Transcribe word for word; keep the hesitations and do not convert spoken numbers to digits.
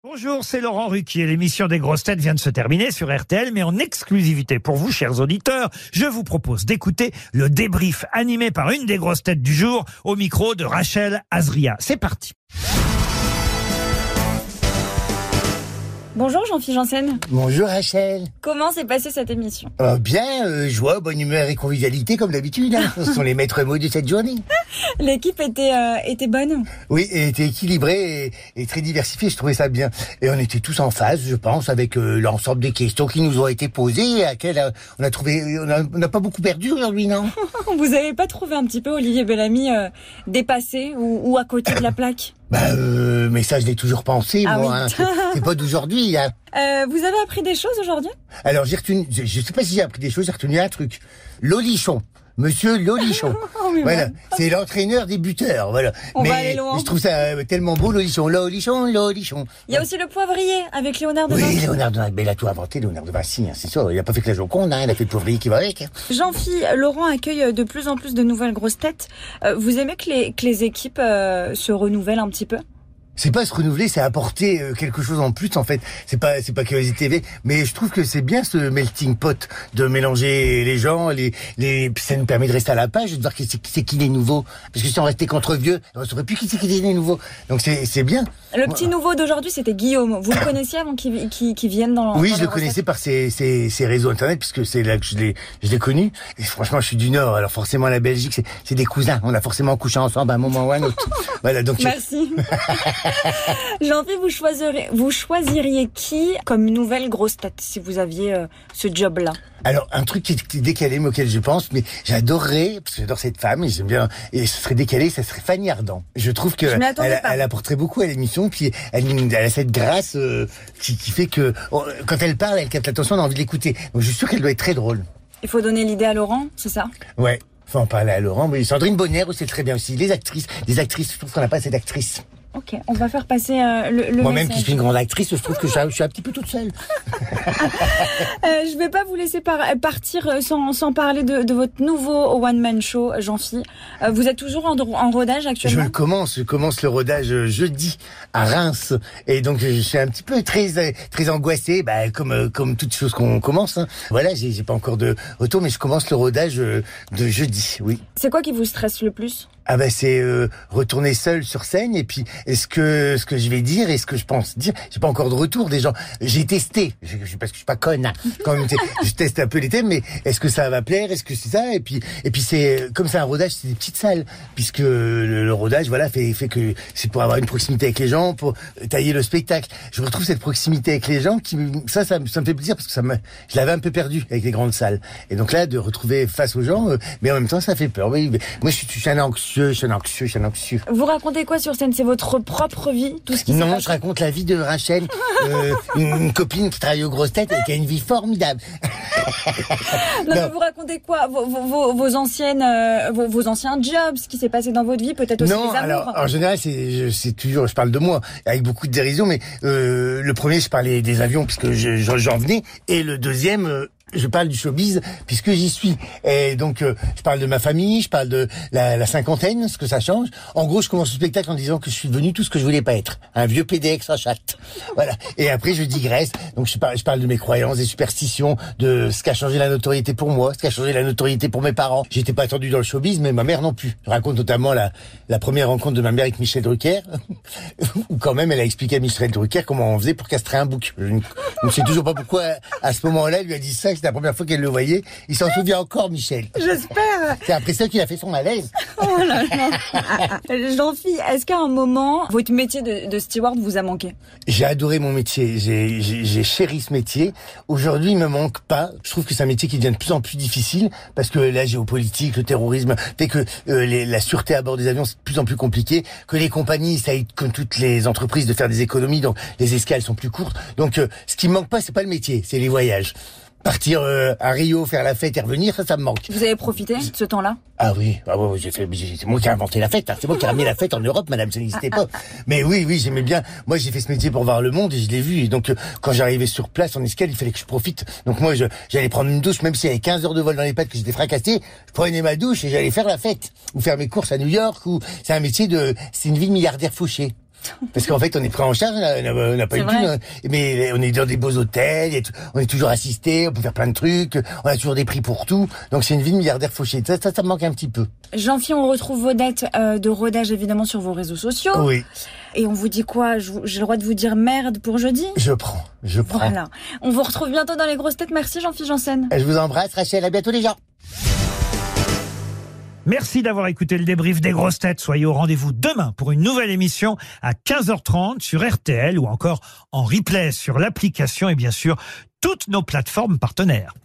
Bonjour, c'est Laurent Ruquier. L'émission des grosses têtes vient de se terminer sur R T L, mais en exclusivité pour vous, chers auditeurs, je vous propose d'écouter le débrief animé par une des grosses têtes du jour au micro de Rachel Azria. C'est parti. Bonjour Jean-Philippe Janssen. Bonjour Rachel. Comment s'est passée cette émission? euh, Bien, euh, joie, bonne humeur et convivialité comme d'habitude. Hein. Ce sont les maîtres mots de cette journée. L'équipe était, euh, était bonne? Oui, elle était équilibrée et, et très diversifiée, je trouvais ça bien. Et on était tous en phase, je pense, avec euh, l'ensemble des questions qui nous ont été posées et à laquelle euh, on a trouvé, on a, on a pas beaucoup perdu aujourd'hui, non? Vous avez pas trouvé un petit peu Olivier Bellamy euh, dépassé ou, ou à côté de la plaque? Bah, euh, mais ça, je l'ai toujours pensé, ah moi. Oui. Hein. C'est, c'est pas d'aujourd'hui. Hein. Euh, vous avez appris des choses aujourd'hui? Alors, j'ai retenu, je, je sais pas si j'ai appris des choses, j'ai retenu un truc. Lolichon. Monsieur Lolichon. Oh, voilà, c'est l'entraîneur des buteurs, voilà. On mais, va aller loin. mais je trouve ça euh, tellement beau, Lolichon, Lolichon, Lolichon. Il y a aussi le poivrier avec Léonard de Vinci. Oui, Léonard de Vinci, mais il a tout inventé, Léonard de Vinci, hein, c'est ça. Il a pas fait que la Joconde, hein, il a fait le poivrier qui va avec. Hein. Jean-Philippe, Laurent accueille de plus en plus de nouvelles grosses têtes. Euh, vous aimez que les, que les équipes euh, se renouvellent un petit peu? C'est pas se renouveler, c'est apporter quelque chose en plus en fait. C'est pas c'est pas Curiosité T V, mais je trouve que c'est bien ce melting pot de mélanger les gens, les les ça nous permet de rester à la page et de voir qui c'est, qui c'est qui les nouveaux. Parce que si on restait contre vieux, on saurait plus qui c'est qui les nouveaux. Donc c'est c'est bien. Le petit nouveau d'aujourd'hui, c'était Guillaume. Vous le connaissiez avant qu'il qu'il, qu'il vienne dans Oui, dans je le connaissais par ses, ses ses réseaux internet puisque c'est là que je l'ai je l'ai connu. Et franchement, je suis du Nord, alors forcément la Belgique, c'est c'est des cousins. On a forcément couché ensemble à un moment ou à un autre. Voilà donc. Merci. Jean-Philippe, vous choisiriez, vous choisiriez qui comme nouvelle grosse tête si vous aviez euh, ce job-là? Alors, un truc qui est décalé, mais auquel je pense, mais j'adorerais, parce que j'adore cette femme, et j'aime bien, et ce serait décalé, ça serait Fanny Ardant. Je trouve que elle, elle apporterait beaucoup à l'émission, puis elle, elle a cette grâce euh, qui, qui fait que, oh, quand elle parle, elle capte l'attention, on a envie de l'écouter. Donc, je suis sûr qu'elle doit être très drôle. Il faut donner l'idée à Laurent, c'est ça? Ouais. Faut en parler à Laurent, mais Sandrine Bonnier aussi, c'est très bien aussi. Les actrices, les actrices, je trouve qu'on n'a pas assez d'actrices. Ok, on va faire passer euh, le, le Moi-même message. qui suis une grande actrice, je trouve que je, je suis un petit peu toute seule. euh, je vais pas vous laisser par, partir sans, sans parler de, de votre nouveau one-man show, Jean-Philippe. Euh, vous êtes toujours en, en rodage actuellement? Je le commence, je commence le rodage jeudi à Reims. Et donc je suis un petit peu très très angoissé, bah, comme comme toute chose qu'on commence. Hein. Voilà, j'ai, j'ai pas encore de retour, mais je commence le rodage de jeudi, oui. C'est quoi qui vous stresse le plus? Ah bah c'est euh, retourner seul sur scène et puis est-ce que ce que je vais dire et ce que je pense dire, j'ai pas encore de retour des gens. J'ai testé, je, je, parce que je suis pas conne, hein. Quand même, je teste un peu les thèmes, mais est-ce que ça va plaire, est-ce que c'est ça? Et puis et puis c'est comme c'est un rodage, c'est des petites salles, puisque le, le rodage, voilà, fait fait que c'est pour avoir une proximité avec les gens, pour tailler le spectacle. Je retrouve cette proximité avec les gens qui ça ça, ça me fait plaisir parce que ça me je l'avais un peu perdu avec les grandes salles. Et donc là de retrouver face aux gens, euh, mais en même temps ça fait peur. Oui, moi je suis, je suis un anxieux. Je suis un anxieux, je suis un anxieux. Vous racontez quoi sur scène? C'est votre propre vie, tout ce qui Non, se passe? je raconte la vie de Rachel, euh, une, une copine qui travaille aux grosses têtes et qui a une vie formidable. non, non. Vous racontez quoi? Vos, vos, vos anciennes, euh, vos, vos anciens jobs, ce qui s'est passé dans votre vie, peut-être aussi non, les amours? Alors, en général, c'est, c'est toujours, je parle de moi, avec beaucoup de dérision, mais euh, le premier, je parlais des avions, puisque je, j'en venais, et le deuxième... Euh, je parle du showbiz puisque j'y suis. Et donc, euh, je parle de ma famille, je parle de la, la cinquantaine, ce que ça change. En gros, je commence le spectacle en disant que je suis devenu tout ce que je voulais pas être. Un vieux P D extra chatte. Voilà. Et après, je digresse. Donc, je parle, je parle de mes croyances, des superstitions, de ce qui a changé la notoriété pour moi, ce qui a changé la notoriété pour mes parents. J'étais pas attendu dans le showbiz, mais ma mère non plus. Je raconte notamment la, la première rencontre de ma mère avec Michel Drucker, où quand même, elle a expliqué à Michel Drucker comment on faisait pour castrer un bouc. Je ne sais toujours pas pourquoi, à ce moment-là, elle lui a dit ça. C'était la première fois qu'elle le voyait. Il s'en souvient encore, Michel. J'espère. C'est après ça qu'il a fait son malaise. Oh là là. Jean-Philippe, est-ce qu'à un moment, votre métier de, de steward vous a manqué? J'ai adoré mon métier. J'ai, j'ai, j'ai chéri ce métier. Aujourd'hui, il me manque pas. Je trouve que c'est un métier qui devient de plus en plus difficile parce que la géopolitique, le terrorisme fait que euh, les, la sûreté à bord des avions, c'est de plus en plus compliqué. Que les compagnies, ça aide comme toutes les entreprises de faire des économies. Donc, les escales sont plus courtes. Donc, euh, ce qui me manque pas, c'est pas le métier, c'est les voyages. Partir euh, à Rio, faire la fête et revenir, ça, ça me manque. Vous avez profité de ce temps-là? Ah oui, ah ouais, j'ai fait, c'est moi qui ai inventé la fête, hein. C'est moi qui ai ramené la fête en Europe, madame, ça n'existait pas. Mais oui, oui, j'aimais bien. Moi, j'ai fait ce métier pour voir le monde et je l'ai vu. Et donc, euh, quand j'arrivais sur place en escale, il fallait que je profite. Donc moi, je, j'allais prendre une douche, même s'il y avait quinze heures de vol dans les pattes que j'étais fracassé, je prenais ma douche et j'allais faire la fête. Ou faire mes courses à New York, ou, c'est un métier de, c'est une vie de milliardaire fauché. Parce qu'en fait, on est pris en charge, on n'a on n'a pas C'est eu vrai. tout, mais on est dans des beaux hôtels, et tout, on est toujours assisté, on peut faire plein de trucs, on a toujours des prix pour tout. Donc c'est une vie de milliardaire fauchée. Ça, ça, ça me manque un petit peu. Jean-Phi, on retrouve vos dates euh, de rodage évidemment sur vos réseaux sociaux. Oui, Et on vous dit quoi? Je vous- J'ai le droit de vous dire merde pour jeudi? je prends, je prends. Voilà. On vous retrouve bientôt dans les grosses têtes. Merci Jean-Phi Janssen. Je vous embrasse, Rachel. À bientôt les gens. Merci d'avoir écouté le débrief des grosses têtes. Soyez au rendez-vous demain pour une nouvelle émission à quinze heures trente sur R T L ou encore en replay sur l'application et bien sûr toutes nos plateformes partenaires.